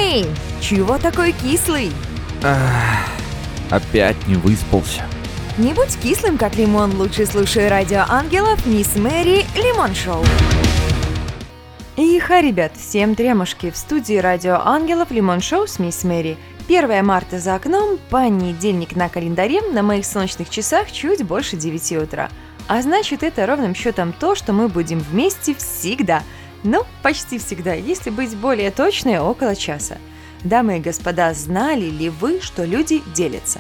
Эй, чего такой кислый? Опять не выспался. Не будь кислым, как лимон, лучше слушай Радио Ангелов, Мисс Мэри, Лимон Шоу. Иха, ребят, всем трямушки, в студии Радио Ангелов, Лимон Шоу с Мисс Мэри. 1 марта за окном, понедельник на календаре, на моих солнечных часах чуть больше 9 утра. А значит, это ровным счетом то, что мы будем вместе всегда. Ну, почти всегда, если быть более точной, около часа. Дамы и господа, знали ли вы, что люди делятся?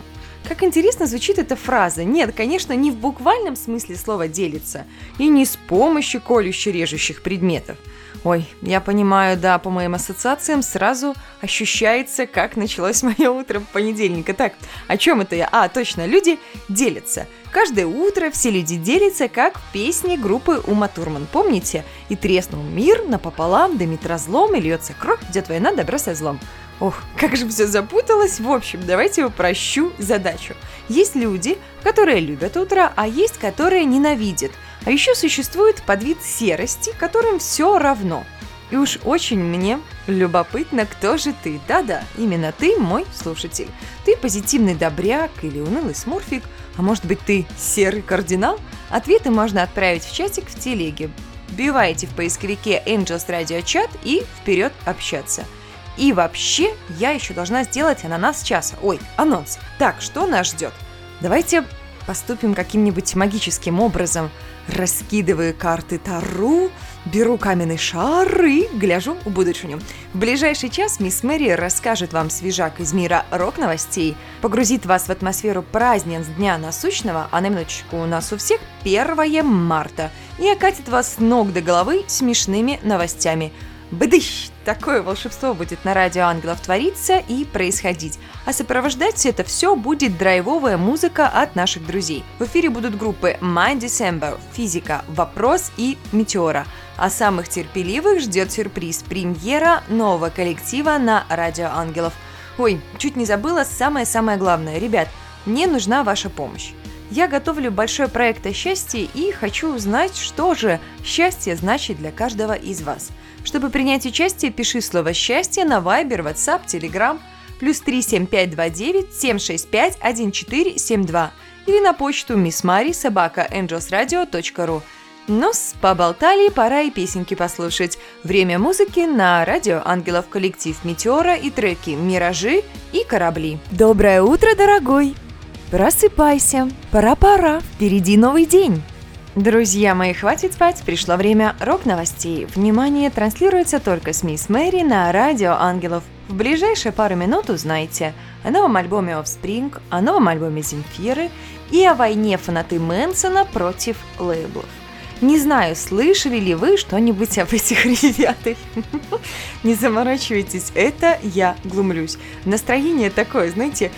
Как интересно звучит эта фраза. Нет, конечно, не в буквальном смысле слова «делиться» и не с помощью колюще-режущих предметов. Ой, я понимаю, да, по моим ассоциациям сразу ощущается, как началось мое утро понедельника. Так, о чем это я? Точно, люди делятся. Каждое утро все люди делятся, как в песне группы Ума Турман. Помните? И треснул мир напополам, дымит разлом, и льется кровь, идет война, добро со злом. Ох, как же все запуталось. В общем, давайте упрощу задачу. Есть люди, которые любят утро, а есть, которые ненавидят. А еще существует подвид серости, которым все равно. И уж очень мне любопытно, кто же ты. Да-да, именно ты, мой слушатель. Ты позитивный добряк или унылый смурфик, а может быть ты серый кардинал? Ответы можно отправить в чатик в телеге. Вбивайте в поисковике Angels Radio Chat и вперед общаться. И вообще, я еще должна сделать анонс часа. Анонс. Так, что нас ждет? Давайте поступим каким-нибудь магическим образом. Раскидываю карты Таро, беру каменный шар и гляжу в будущее. В ближайший час мисс Мэри расскажет вам свежак из мира рок-новостей, погрузит вас в атмосферу празднеств Дня Насущного, а на минуточку у нас у всех 1 марта, и окатит вас с ног до головы смешными новостями. Бдыщ! Такое волшебство будет на Радио Ангелов твориться и происходить. А сопровождать это все будет драйвовая музыка от наших друзей. В эфире будут группы My December, Физика, Вопрос и Метеора. А самых терпеливых ждет сюрприз – премьера нового коллектива на Радио Ангелов. Чуть не забыла самое-самое главное. Ребят, мне нужна ваша помощь. Я готовлю большой проект о счастье и хочу узнать, что же счастье значит для каждого из вас. Чтобы принять участие, пиши слово «счастье» на Viber, WhatsApp, Telegram, +3 7529 765 1472 или на почту missmari@angelsradio.ru. Ну-с, поболтали, пора и песенки послушать. Время музыки на Радио Ангелов, коллектив Метеора и треки «Миражи» и «Корабли». Доброе утро, дорогой! Просыпайся, пора-пора, впереди новый день. Друзья мои, хватит спать, пришло время рок-новостей. Внимание, транслируется только с Мисс Мэри на Радио Ангелов. В ближайшие пару минут узнаете о новом альбоме Offspring, о новом альбоме Земфиры и о войне фанаты Мэнсона против лейблов. Не знаю, слышали ли вы что-нибудь об этих ребятах? Не заморачивайтесь, это я глумлюсь. Настроение такое, знаете,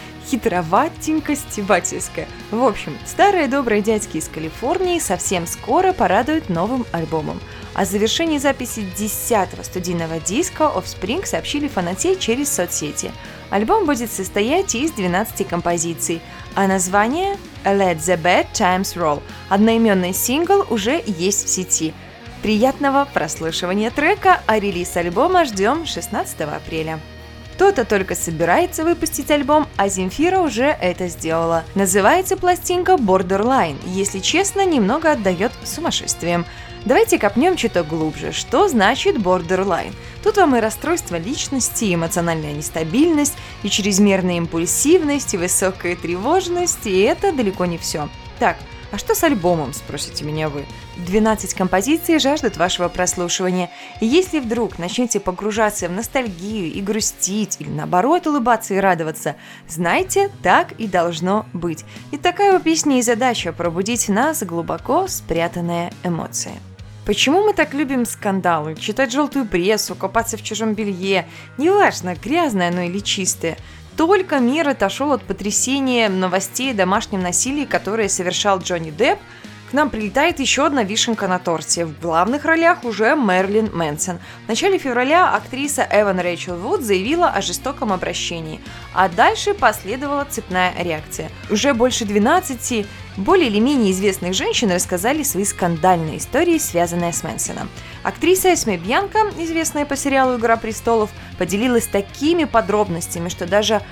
хитроватенько-стебательское. В общем, старые добрые дядьки из Калифорнии совсем скоро порадуют новым альбомом. О завершении записи 10-го студийного диска Offspring сообщили фанатей через соцсети. Альбом будет состоять из 12 композиций, а название «Let the Bad Times Roll» – одноименный сингл уже есть в сети. Приятного прослушивания трека, а релиз альбома ждем 16 апреля. Кто-то только собирается выпустить альбом, а Земфира уже это сделала. Называется пластинка Borderline. Если честно, немного отдает сумасшествием. Давайте копнем чуть-то глубже. Что значит borderline? Тут вам и расстройство личности, и эмоциональная нестабильность, и чрезмерная импульсивность, и высокая тревожность, и это далеко не все. Так, а что с альбомом, спросите меня вы? 12 композиций жаждут вашего прослушивания. И если вдруг начнете погружаться в ностальгию и грустить, или наоборот улыбаться и радоваться, знайте, так и должно быть. И такая у песни и задача – пробудить в нас глубоко спрятанные эмоции. Почему мы так любим скандалы, читать желтую прессу, копаться в чужом белье? Неважно, грязное оно или чистое. Только мир отошел от потрясения новостей о домашнем насилии, которое совершал Джонни Депп, к нам прилетает еще одна вишенка на торте. В главных ролях уже Мэрилин Мэнсон. В начале февраля актриса Эван Рэйчел Вуд заявила о жестоком обращении, а дальше последовала цепная реакция. Уже больше 12 Более или менее известных женщин рассказали свои скандальные истории, связанные с Мэнсоном. Актриса Эсме Бьянко, известная по сериалу «Игра престолов», поделилась такими подробностями, что даже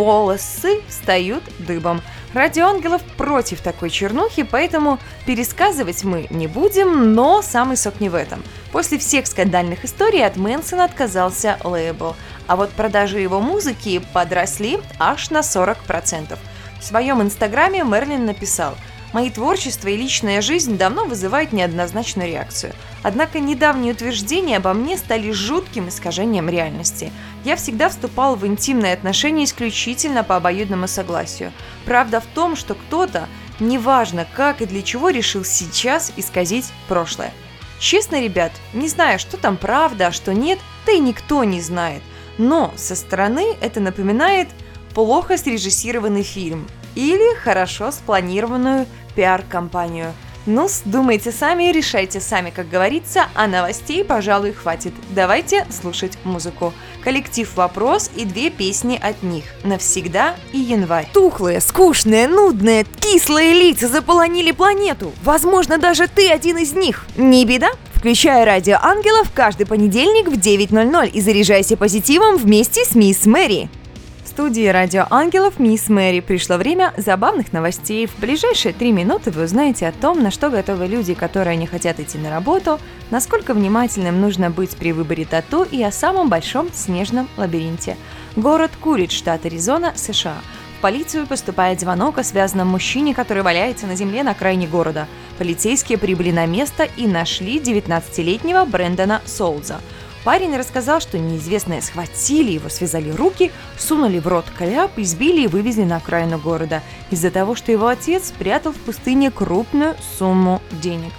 волосы встают дыбом. Радио Ангелов против такой чернухи, поэтому пересказывать мы не будем, но самый сок не в этом. После всех скандальных историй от Мэнсона отказался лейбл, а вот продажи его музыки подросли аж на 40%. В своем инстаграме Мерлин написал: «Мои творчество и личная жизнь давно вызывают неоднозначную реакцию. Однако недавние утверждения обо мне стали жутким искажением реальности. Я всегда вступал в интимные отношения исключительно по обоюдному согласию. Правда в том, что кто-то, неважно как и для чего, решил сейчас исказить прошлое. Честно, ребят, не знаю, что там правда, а что нет, да и никто не знает. Но со стороны это напоминает плохо срежиссированный фильм или хорошо спланированную пиар-компанию. Ну, думайте сами, решайте сами, как говорится, а новостей, пожалуй, хватит. Давайте слушать музыку. Коллектив «Вопрос» и 2 песни от них «Навсегда» и «Январь». Тухлые, скучные, нудные, кислые лица заполонили планету. Возможно, даже ты один из них. Не беда? Включай «Радио Ангелов» каждый понедельник в 9:00 и заряжайся позитивом вместе с мисс Мэри. В студии «Радио Ангелов» мисс Мэри. Пришло время забавных новостей. В ближайшие 3 минуты вы узнаете о том, на что готовы люди, которые не хотят идти на работу, насколько внимательным нужно быть при выборе тату и о самом большом снежном лабиринте. Город Курит, штат Аризона, США. В полицию поступает звонок о связанном мужчине, который валяется на земле на окраине города. Полицейские прибыли на место и нашли 19-летнего Брэндона Солза. Парень рассказал, что неизвестные схватили его, связали руки, сунули в рот кляп, избили и вывезли на окраину города из-за того, что его отец спрятал в пустыне крупную сумму денег.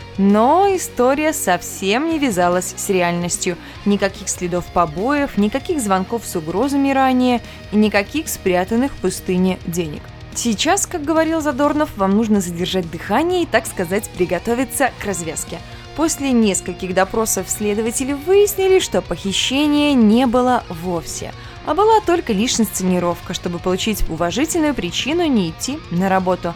Но история совсем не вязалась с реальностью. Никаких следов побоев, никаких звонков с угрозами ранее и никаких спрятанных в пустыне денег. Сейчас, как говорил Задорнов, вам нужно задержать дыхание и, так сказать, приготовиться к развязке. После нескольких допросов следователи выяснили, что похищения не было вовсе, а была только лишь инсценировка, чтобы получить уважительную причину не идти на работу.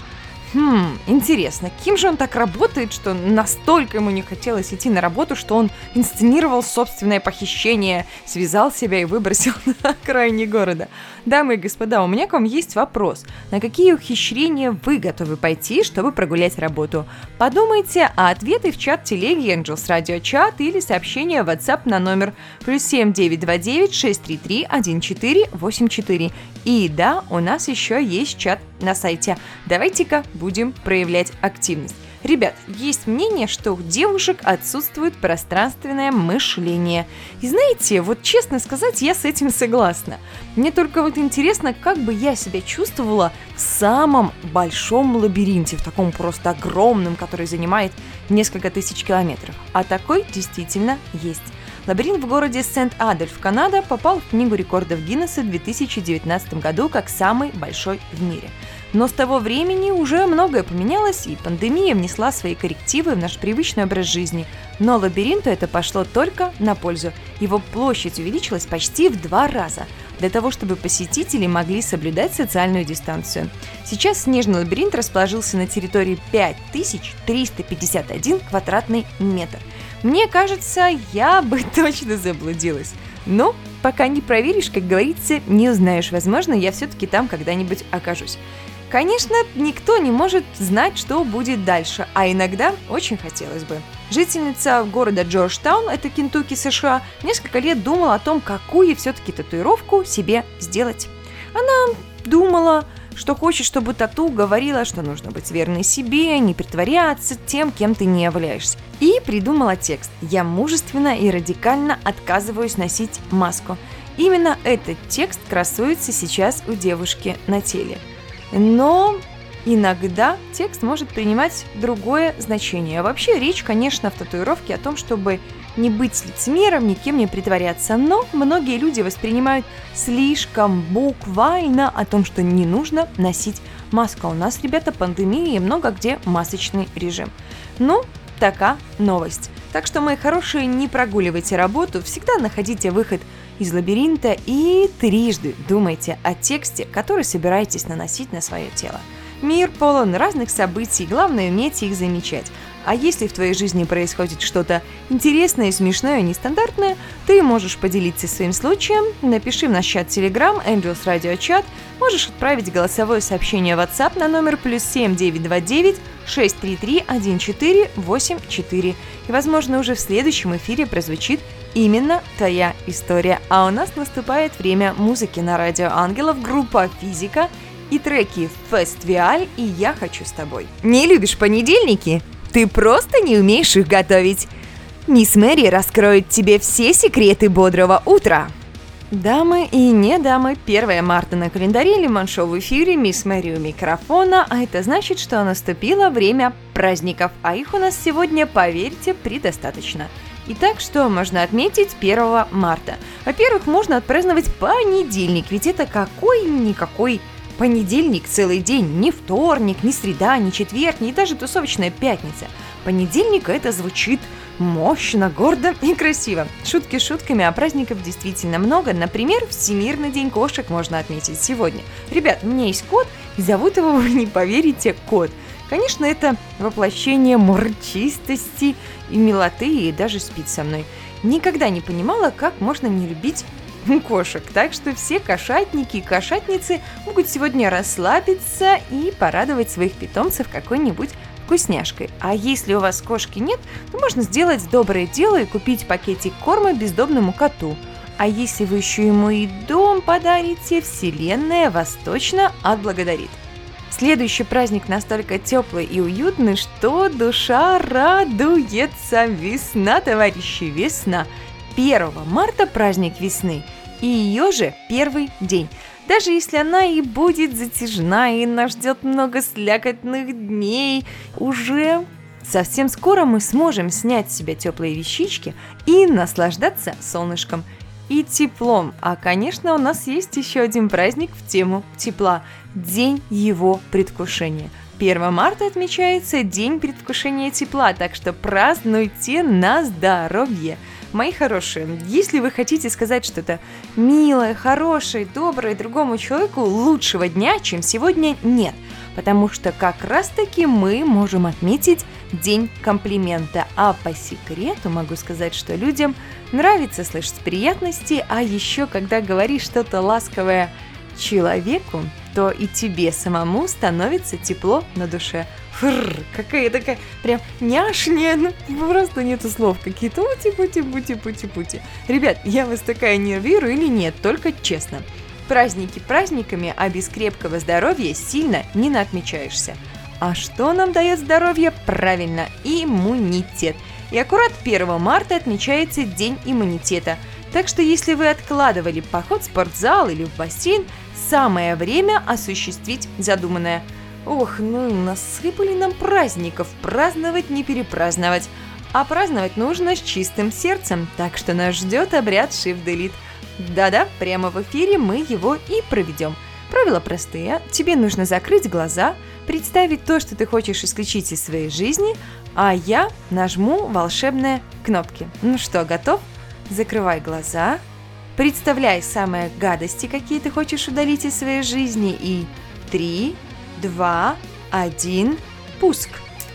Интересно, кем же он так работает, что настолько ему не хотелось идти на работу, что он инсценировал собственное похищение, связал себя и выбросил на окраине города? Дамы и господа, у меня к вам есть вопрос. На какие ухищрения вы готовы пойти, чтобы прогулять работу? Подумайте, а ответы в чат телеги Angels Radio Chat или сообщения в WhatsApp на номер +7 929 633 1484. И да, у нас еще есть чат на сайте. Давайте-ка будем проявлять активность. Ребят, есть мнение, что у девушек отсутствует пространственное мышление. И знаете, вот честно сказать, я с этим согласна. Мне только вот интересно, как бы я себя чувствовала в самом большом лабиринте, в таком просто огромном, который занимает несколько тысяч километров. А такой действительно есть. Лабиринт в городе Сент-Адольф, Канада, попал в Книгу рекордов Гиннесса в 2019 году как самый большой в мире. Но с того времени уже многое поменялось, и пандемия внесла свои коррективы в наш привычный образ жизни. Но лабиринту это пошло только на пользу. Его площадь увеличилась почти в 2 раза, для того, чтобы посетители могли соблюдать социальную дистанцию. Сейчас снежный лабиринт расположился на территории 5351 квадратный метр. Мне кажется, я бы точно заблудилась. Но пока не проверишь, как говорится, не узнаешь. Возможно, я все-таки там когда-нибудь окажусь. Конечно, никто не может знать, что будет дальше, а иногда очень хотелось бы. Жительница города Джорджтаун, это Кентукки, США, несколько лет думала о том, какую все-таки татуировку себе сделать. Она думала, что хочет, чтобы тату говорила, что нужно быть верной себе, не притворяться тем, кем ты не являешься. И придумала текст: «Я мужественно и радикально отказываюсь носить маску». Именно этот текст красуется сейчас у девушки на теле. Но иногда текст может принимать другое значение. Вообще речь, конечно, в татуировке о том, чтобы не быть лицемером, никем не притворяться. Но многие люди воспринимают слишком буквально о том, что не нужно носить маску. У нас, ребята, пандемия и много где масочный режим. Ну, такая новость. Так что, мои хорошие, не прогуливайте работу, всегда находите выход из лабиринта и трижды думайте о тексте, который собираетесь наносить на свое тело. Мир полон разных событий, главное уметь их замечать. А если в твоей жизни происходит что-то интересное, смешное, нестандартное, ты можешь поделиться своим случаем, напиши в наш чат Telegram, Angels Radio Chat, можешь отправить голосовое сообщение в WhatsApp на номер +7 929 633 1484. И, возможно, уже в следующем эфире прозвучит именно твоя история. А у нас наступает время музыки на Радио Ангелов, группа «Физика» и треки «Фестиваль» и «Я хочу с тобой». Не любишь понедельники? Ты просто не умеешь их готовить. Мисс Мэри раскроет тебе все секреты бодрого утра. Дамы и не дамы, 1 марта на календаре, Лимон-шоу в эфире, Мисс Мэри у микрофона, а это значит, что наступило время праздников, а их у нас сегодня, поверьте, предостаточно. Итак, что можно отметить 1 марта? Во-первых, можно отпраздновать понедельник, ведь это какой-никакой понедельник целый день, не вторник, не среда, не четверг, не даже тусовочная пятница. Понедельник это звучит мощно, гордо и красиво. Шутки шутками, а праздников действительно много. Например, Всемирный день кошек можно отметить сегодня. Ребят, у меня есть кот, и зовут его, вы не поверите, Кот. Конечно, это воплощение мурчистости и милоты, и даже спит со мной. Никогда не понимала, как можно не любить кошек. Так что все кошатники и кошатницы могут сегодня расслабиться и порадовать своих питомцев какой-нибудь вкусняшкой. А если у вас кошки нет, то можно сделать доброе дело и купить пакетик корма бездомному коту. А если вы еще ему и дом подарите, Вселенная вас точно отблагодарит. Следующий праздник настолько теплый и уютный, что душа радуется. Весна, товарищи, весна. 1 марта праздник весны, и ее же первый день. Даже если она и будет затяжная, и нас ждет много слякотных дней, уже совсем скоро мы сможем снять с себя теплые вещички и наслаждаться солнышком и теплом. А, конечно, у нас есть еще один праздник в тему тепла – День его предвкушения. 1 марта отмечается День предвкушения тепла, так что празднуйте на здоровье. Мои хорошие, если вы хотите сказать что-то милое, хорошее, доброе другому человеку, лучшего дня, чем сегодня, нет. Потому что как раз-таки мы можем отметить День комплимента. А по секрету могу сказать, что людям нравится слышать приятности, а еще когда говоришь что-то ласковое человеку, то и тебе самому становится тепло на душе. Какая такая прям няшня, просто нету слов, какие-то ути-пути-пути-пути-пути. Ребят, я вас такая нервирую или нет, только честно. Праздники праздниками, а без крепкого здоровья сильно не наотмечаешься. А что нам дает здоровье? Правильно, иммунитет. И аккурат 1 марта отмечается День иммунитета. Так что если вы откладывали поход в спортзал или в бассейн, самое время осуществить задуманное. Ох, насыпали нам праздников, праздновать не перепраздновать. А праздновать нужно с чистым сердцем, так что нас ждет обряд Shift Delete. Да-да, прямо в эфире мы его и проведем. Правила простые, тебе нужно закрыть глаза, представить то, что ты хочешь исключить из своей жизни, а я нажму волшебные кнопки. Ну что, готов? Закрывай глаза, представляй самые гадости, какие ты хочешь удалить из своей жизни, и 3, 2, 1, пуск.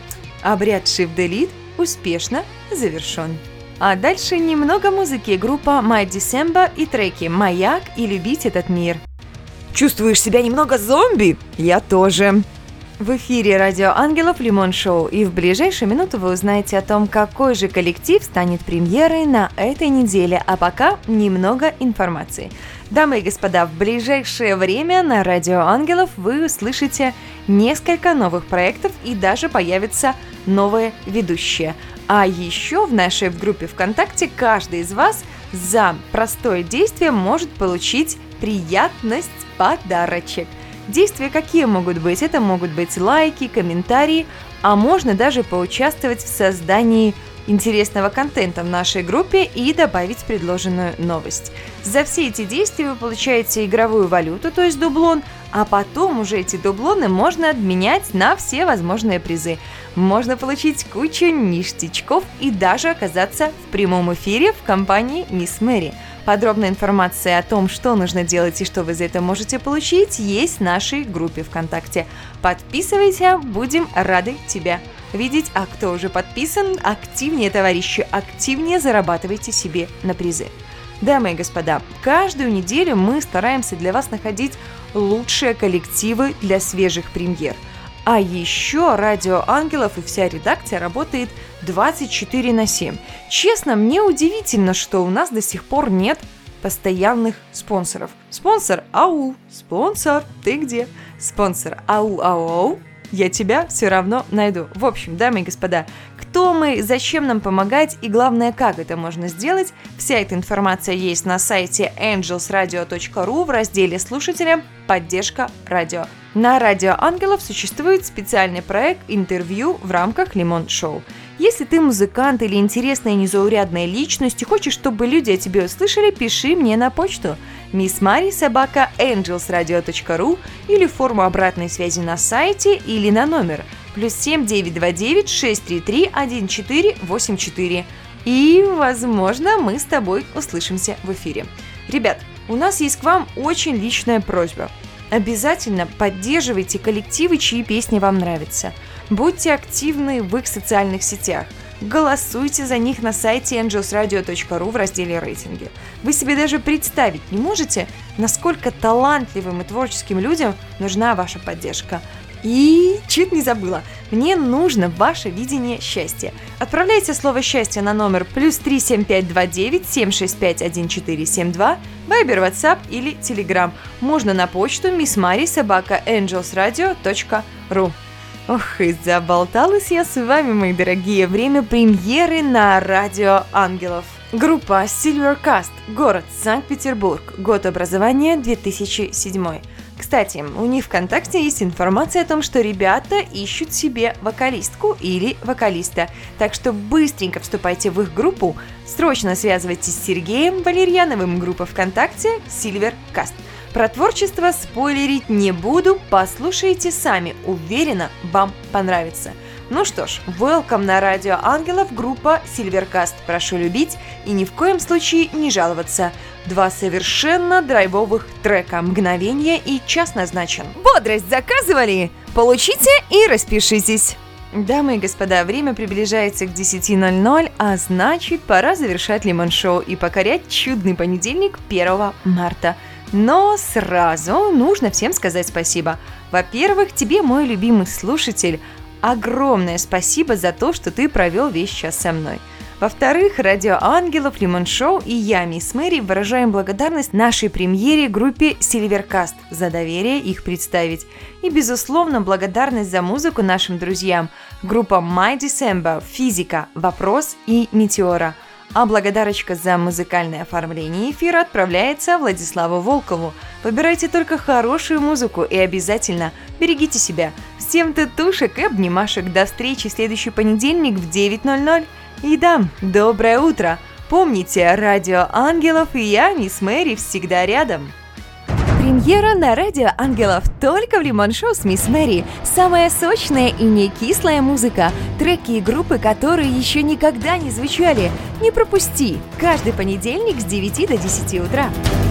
Обряд Shift Delete успешно завершен. А дальше немного музыки, группа My December и треки «Маяк» и «Любить этот мир». Чувствуешь себя немного зомби? Я тоже. В эфире Радио Ангелов Лимон-шоу, и в ближайшую минуту вы узнаете о том, какой же коллектив станет премьерой на этой неделе, а пока немного информации. Дамы и господа, в ближайшее время на Радио Ангелов вы услышите несколько новых проектов и даже появятся новые ведущие. А еще в нашей группе ВКонтакте каждый из вас за простое действие может получить приятность подарочек. Действия какие могут быть? Это могут быть лайки, комментарии, а можно даже поучаствовать в создании интересного контента в нашей группе и добавить предложенную новость. За все эти действия вы получаете игровую валюту, то есть дублон, а потом уже эти дублоны можно обменять на все возможные призы. Можно получить кучу ништячков и даже оказаться в прямом эфире в компании Мисс Мэри. Подробная информация о том, что нужно делать и что вы за это можете получить, есть в нашей группе ВКонтакте. Подписывайся, будем рады тебя видеть. А кто уже подписан, активнее, товарищи, активнее зарабатывайте себе на призы. Дамы и господа, каждую неделю мы стараемся для вас находить лучшие коллективы для свежих премьер. А еще Радио Ангелов и вся редакция работает 24/7. Честно, мне удивительно, что у нас до сих пор нет постоянных спонсоров. Спонсор, ау, спонсор, ты где? Спонсор, ау, я тебя все равно найду. В общем, дамы и господа, кто мы, зачем нам помогать и главное, как это можно сделать, вся эта информация есть на сайте angelsradio.ru в разделе «Слушателям. Поддержка радио». На Радио Ангелов существует специальный проект «Интервью» в рамках Лимон Шоу. Если ты музыкант или интересная незаурядная личность и хочешь, чтобы люди о тебе услышали, пиши мне на почту missmari@angelsradio.ru или форму обратной связи на сайте или на номер +7 929 633 1484. И, возможно, мы с тобой услышимся в эфире. Ребят, у нас есть к вам очень личная просьба. Обязательно поддерживайте коллективы, чьи песни вам нравятся. Будьте активны в их социальных сетях. Голосуйте за них на сайте angelsradio.ru в разделе «Рейтинги». Вы себе даже представить не можете, насколько талантливым и творческим людям нужна ваша поддержка. И чуть не забыла, мне нужно ваше видение счастья. Отправляйте слово «счастье» на номер +3 7529 765 1472, Viber, WhatsApp или Telegram. Можно на почту missmari@angelsradio.ru. Ох, и заболталась я с вами, мои дорогие. Время премьеры на Радио Ангелов. Группа Silvercast, город Санкт-Петербург, год образования 2007. Кстати, у них ВКонтакте есть информация о том, что ребята ищут себе вокалистку или вокалиста. Так что быстренько вступайте в их группу, срочно связывайтесь с Сергеем Валерьяновым, группа ВКонтакте Silvercast. Про творчество спойлерить не буду, послушайте сами, уверена, вам понравится. Ну что ж, welcome на Радио Ангелов, группа Silvercast. Прошу любить и ни в коем случае не жаловаться. 2 совершенно драйвовых трека «Мгновение» и «Час назначен». Бодрость заказывали? Получите и распишитесь. Дамы и господа, время приближается к 10:00, а значит, пора завершать Лимон Шоу и покорять чудный понедельник 1 марта. Но сразу нужно всем сказать спасибо. Во-первых, тебе, мой любимый слушатель, огромное спасибо за то, что ты провел весь час со мной. Во-вторых, Радио Ангелов, Лимон Шоу и я, Мисс Мэри, выражаем благодарность нашей премьере группе Silvercast за доверие их представить. И, безусловно, благодарность за музыку нашим друзьям, группам My December, Физика, Вопрос и Метеора. А благодарочка за музыкальное оформление эфира отправляется Владиславу Волкову. Выбирайте только хорошую музыку и обязательно берегите себя. Всем татушек и обнимашек. До встречи в следующий понедельник в 9:00. И да, доброе утро! Помните, Радио Ангелов и я, Мисс Мэри, всегда рядом. Премьера на Радио Ангелов только в Лимон Шоу с Мисс Мэри. Самая сочная и не кислая музыка. Треки и группы, которые еще никогда не звучали. Не пропусти! Каждый понедельник с 9 до 10 утра.